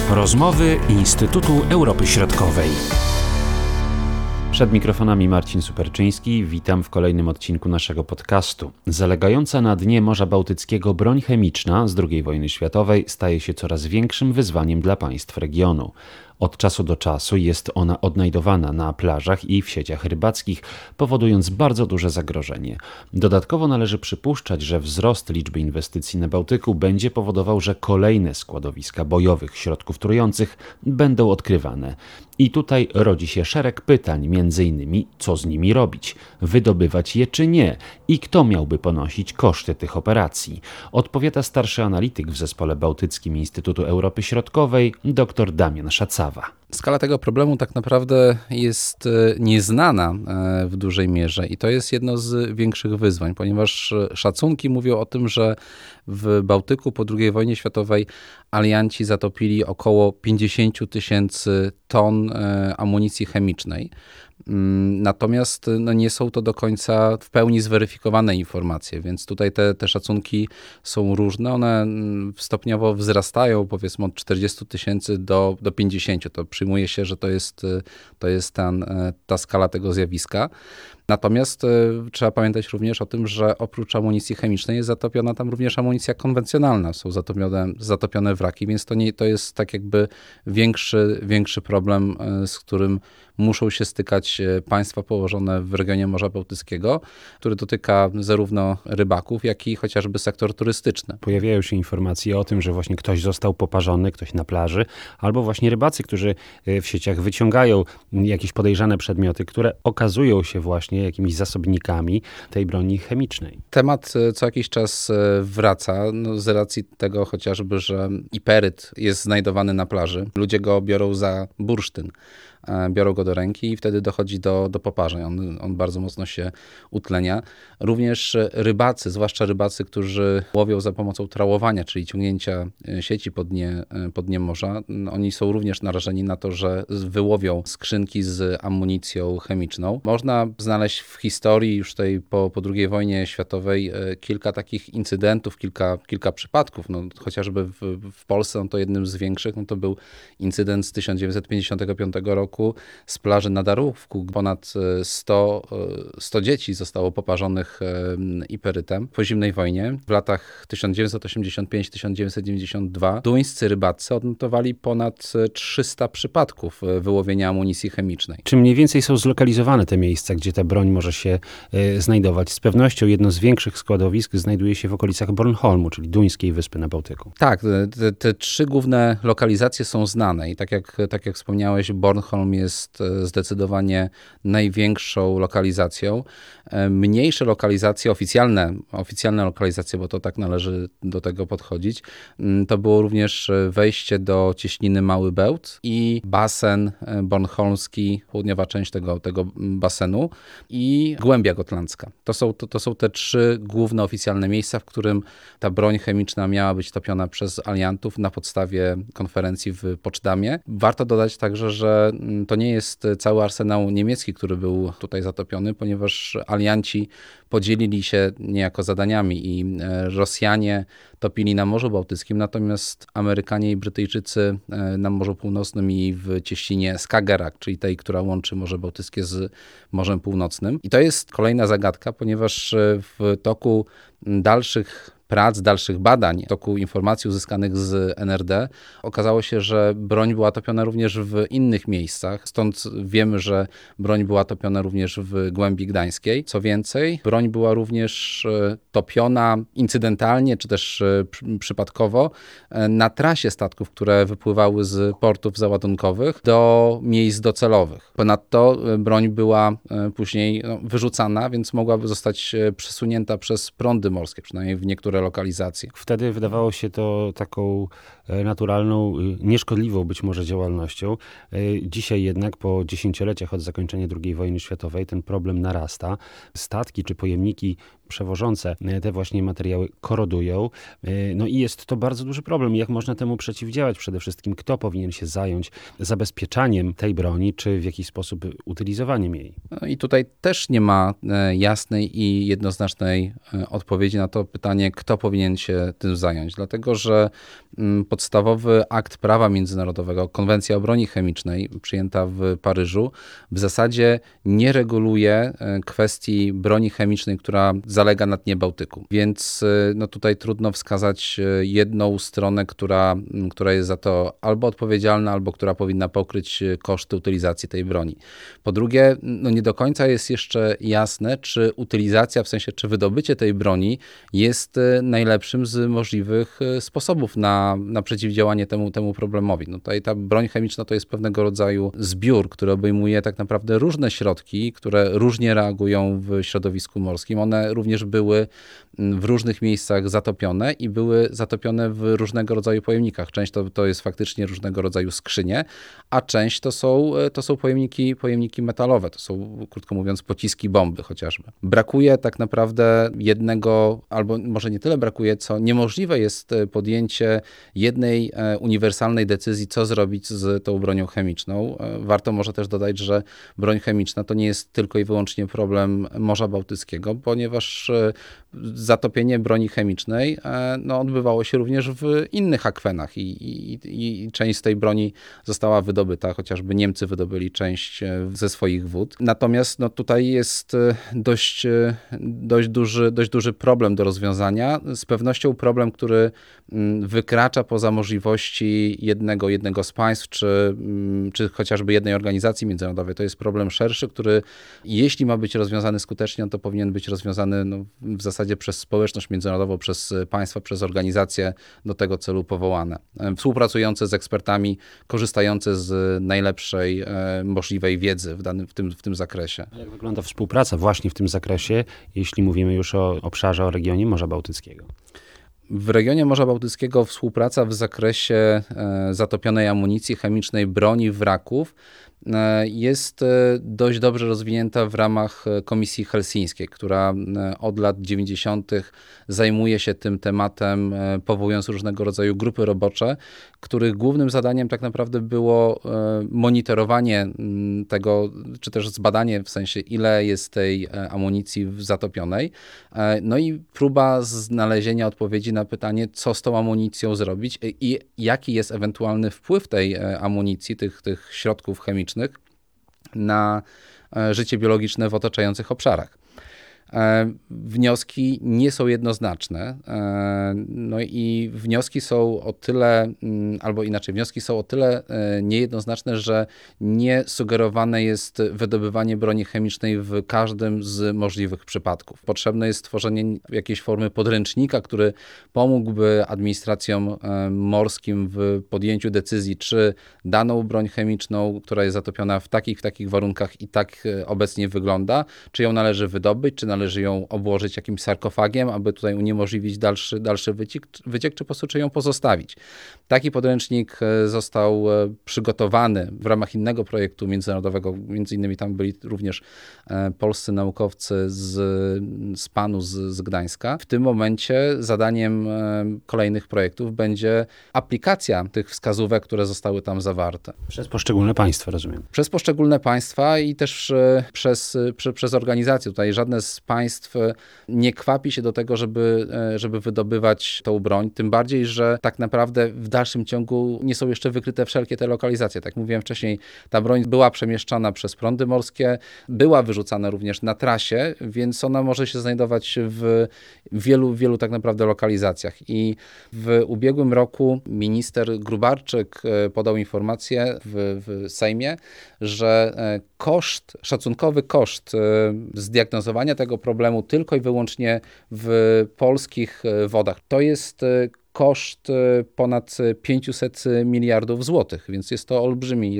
Rozmowy Instytutu Europy Środkowej. Przed mikrofonami Marcin Superczyński. Witam w kolejnym odcinku naszego podcastu. Zalegająca na dnie Morza Bałtyckiego broń chemiczna z II wojny światowej staje się coraz większym wyzwaniem dla państw regionu. Od czasu do czasu jest ona odnajdowana na plażach i w sieciach rybackich, powodując bardzo duże zagrożenie. Dodatkowo należy przypuszczać, że wzrost liczby inwestycji na Bałtyku będzie powodował, że kolejne składowiska bojowych środków trujących będą odkrywane. I tutaj rodzi się szereg pytań, m.in. co z nimi robić, wydobywać je czy nie i kto miałby ponosić koszty tych operacji. Odpowiada starszy analityk w Zespole Bałtyckim Instytutu Europy Środkowej dr Damian Szacawa. Skala tego problemu tak naprawdę jest nieznana w dużej mierze i to jest jedno z większych wyzwań, ponieważ szacunki mówią o tym, że w Bałtyku po II wojnie światowej alianci zatopili około 50 000 ton amunicji chemicznej. Natomiast nie są to do końca w pełni zweryfikowane informacje, więc tutaj te szacunki są różne. One stopniowo wzrastają, powiedzmy od 40 000 do 50. To przyjmuje się, że to jest ta skala tego zjawiska. Natomiast trzeba pamiętać również o tym, że oprócz amunicji chemicznej jest zatopiona tam również amunicja konwencjonalna. Są zatopione wraki, więc to jest tak jakby większy problem, z którym muszą się stykać państwa położone w regionie Morza Bałtyckiego, który dotyka zarówno rybaków, jak i chociażby sektor turystyczny. Pojawiają się informacje o tym, że właśnie ktoś został poparzony, ktoś na plaży, albo właśnie rybacy, którzy w sieciach wyciągają jakieś podejrzane przedmioty, które okazują się właśnie jakimiś zasobnikami tej broni chemicznej. Temat co jakiś czas wraca, z racji tego chociażby, że iperyt jest znajdowany na plaży. Ludzie go biorą za bursztyn. Biorą go do ręki i wtedy dochodzi do poparzeń. On bardzo mocno się utlenia. Również rybacy, zwłaszcza rybacy, którzy łowią za pomocą trałowania, czyli ciągnięcia sieci pod dnie morza, oni są również narażeni na to, że wyłowią skrzynki z amunicją chemiczną. Można znaleźć w historii już tej po II wojnie światowej kilka takich incydentów, kilka przypadków. Chociażby w Polsce to jednym z większych, to był incydent z 1955 roku z plaży na Darłówku. Ponad 100 dzieci zostało poparzonych iperytem po zimnej wojnie. W latach 1985-1992 duńscy rybacy odnotowali ponad 300 przypadków wyłowienia amunicji chemicznej. Czy mniej więcej są zlokalizowane te miejsca, gdzie ta broń może się znajdować? Z pewnością jedno z większych składowisk znajduje się w okolicach Bornholmu, czyli duńskiej wyspy na Bałtyku. Tak, te trzy główne lokalizacje są znane i tak jak wspomniałeś, Bornholm jest zdecydowanie największą lokalizacją. Mniejsze lokalizacje, oficjalne lokalizacje, bo to tak należy do tego podchodzić, to było również wejście do cieśniny Mały Bełt i basen bornholmski, południowa część tego basenu i Głębia Gotlandzka. To są te trzy główne oficjalne miejsca, w którym ta broń chemiczna miała być topiona przez aliantów na podstawie konferencji w Poczdamie. Warto dodać także, że to nie jest cały arsenał niemiecki, który był tutaj zatopiony, ponieważ alianci podzielili się niejako zadaniami i Rosjanie topili na Morzu Bałtyckim, natomiast Amerykanie i Brytyjczycy na Morzu Północnym i w cieśninie Skagerrak, czyli tej, która łączy Morze Bałtyckie z Morzem Północnym. I to jest kolejna zagadka, ponieważ w toku dalszych badań, w toku informacji uzyskanych z NRD okazało się, że broń była topiona również w innych miejscach. Stąd wiemy, że broń była topiona również w Głębi Gdańskiej. Co więcej, broń była również topiona incydentalnie, czy też przypadkowo na trasie statków, które wypływały z portów załadunkowych do miejsc docelowych. Ponadto broń była później wyrzucana, więc mogłaby zostać przesunięta przez prądy morskie, przynajmniej w niektóre lokalizacje. Wtedy wydawało się to taką naturalną, nieszkodliwą być może działalnością. Dzisiaj jednak po dziesięcioleciach od zakończenia II wojny światowej ten problem narasta. Statki czy pojemniki przewożące te właśnie materiały korodują. No i jest to bardzo duży problem. Jak można temu przeciwdziałać? Przede wszystkim kto powinien się zająć zabezpieczaniem tej broni, czy w jakiś sposób utylizowaniem jej? No i tutaj też nie ma jasnej i jednoznacznej odpowiedzi na to pytanie, kto powinien się tym zająć. Dlatego, że podstawowy akt prawa międzynarodowego, Konwencja o broni chemicznej, przyjęta w Paryżu, w zasadzie nie reguluje kwestii broni chemicznej, która zalega na dnie Bałtyku. Więc tutaj trudno wskazać jedną stronę, która jest za to albo odpowiedzialna, albo która powinna pokryć koszty utylizacji tej broni. Po drugie, nie do końca jest jeszcze jasne, czy utylizacja, w sensie czy wydobycie tej broni jest najlepszym z możliwych sposobów na przeciwdziałanie temu problemowi. Tutaj ta broń chemiczna to jest pewnego rodzaju zbiór, który obejmuje tak naprawdę różne środki, które różnie reagują w środowisku morskim. One również były w różnych miejscach zatopione i były zatopione w różnego rodzaju pojemnikach. Część to jest faktycznie różnego rodzaju skrzynie, a część to są pojemniki metalowe. To są, krótko mówiąc, pociski bomby chociażby. Brakuje tak naprawdę jednego, albo może nie tyle brakuje, co niemożliwe jest podjęcie jednej uniwersalnej decyzji, co zrobić z tą bronią chemiczną. Warto może też dodać, że broń chemiczna to nie jest tylko i wyłącznie problem Morza Bałtyckiego, ponieważ zatopienie broni chemicznej odbywało się również w innych akwenach i część z tej broni została wydobyta, chociażby Niemcy wydobyli część ze swoich wód. Natomiast tutaj jest dość duży problem do rozwiązania. Z pewnością problem, który wykracza poza możliwości jednego z państw, czy chociażby jednej organizacji międzynarodowej. To jest problem szerszy, który jeśli ma być rozwiązany skutecznie, to powinien być rozwiązany w zasadzie przez społeczność międzynarodową, przez państwa, przez organizacje do tego celu powołane. Współpracujące z ekspertami, korzystające z najlepszej możliwej wiedzy w tym zakresie. Jak wygląda współpraca właśnie w tym zakresie, jeśli mówimy już o obszarze, o regionie Morza Bałtyckiego? W regionie Morza Bałtyckiego współpraca w zakresie zatopionej amunicji chemicznej, broni, wraków jest dość dobrze rozwinięta w ramach Komisji Helsińskiej, która od lat 90. zajmuje się tym tematem, powołując różnego rodzaju grupy robocze, których głównym zadaniem tak naprawdę było monitorowanie tego, czy też zbadanie w sensie, ile jest tej amunicji zatopionej, i próba znalezienia odpowiedzi na pytanie, co z tą amunicją zrobić i jaki jest ewentualny wpływ tej amunicji, tych środków chemicznych na życie biologiczne w otaczających obszarach. Wnioski nie są jednoznaczne, i wnioski są o tyle, albo inaczej, wnioski są o tyle niejednoznaczne, że nie sugerowane jest wydobywanie broni chemicznej w każdym z możliwych przypadków. Potrzebne jest stworzenie jakiejś formy podręcznika, który pomógłby administracjom morskim w podjęciu decyzji, czy daną broń chemiczną, która jest zatopiona w takich warunkach i tak obecnie wygląda, czy ją należy wydobyć, czy należy ją obłożyć jakimś sarkofagiem, aby tutaj uniemożliwić dalszy wyciek, czy po prostu czy ją pozostawić. Taki podręcznik został przygotowany w ramach innego projektu międzynarodowego, między innymi tam byli również polscy naukowcy z PAN-u z Gdańska. W tym momencie zadaniem kolejnych projektów będzie aplikacja tych wskazówek, które zostały tam zawarte. Przez poszczególne państwa, rozumiem. Przez poszczególne państwa i też przez organizacje. Tutaj żadne z państw nie kwapi się do tego, żeby wydobywać tą broń, tym bardziej, że tak naprawdę w dalszym ciągu nie są jeszcze wykryte wszelkie te lokalizacje. Tak jak mówiłem wcześniej, ta broń była przemieszczana przez prądy morskie, była wyrzucana również na trasie, więc ona może się znajdować w wielu tak naprawdę lokalizacjach. I w ubiegłym roku minister Grubarczyk podał informację w Sejmie, że szacunkowy koszt zdiagnozowania tego problemu tylko i wyłącznie w polskich wodach to jest koszt ponad 500 miliardów złotych, więc jest to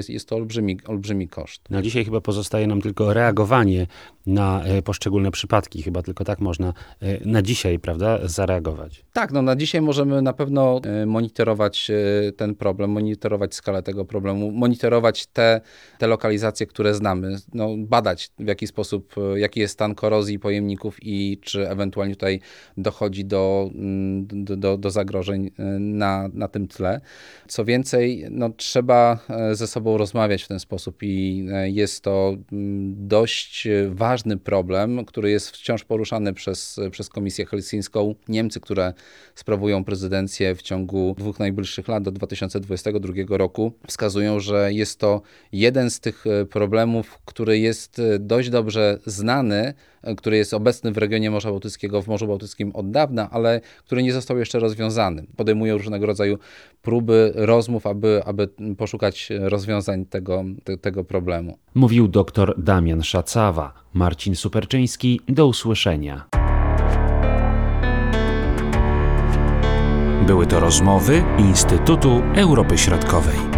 olbrzymi koszt. Na dzisiaj chyba pozostaje nam tylko reagowanie na poszczególne przypadki. Chyba tylko tak można na dzisiaj, prawda, zareagować. Tak, na dzisiaj możemy na pewno monitorować ten problem, monitorować skalę tego problemu, monitorować te lokalizacje, które znamy, badać w jaki sposób, jaki jest stan korozji pojemników i czy ewentualnie tutaj dochodzi do zagrożeń. zagrożeń na tym tle. Co więcej, trzeba ze sobą rozmawiać w ten sposób i jest to dość ważny problem, który jest wciąż poruszany przez Komisję Helsińską. Niemcy, które sprawują prezydencję w ciągu 2 najbliższych lat do 2022 roku, wskazują, że jest to jeden z tych problemów, który jest dość dobrze znany, który jest obecny w regionie Morza Bałtyckiego, w Morzu Bałtyckim od dawna, ale który nie został jeszcze rozwiązany. Podejmują różnego rodzaju próby rozmów, aby poszukać rozwiązań tego problemu. Mówił dr Damian Szacawa. Marcin Superczyński, do usłyszenia. Były to rozmowy Instytutu Europy Środkowej.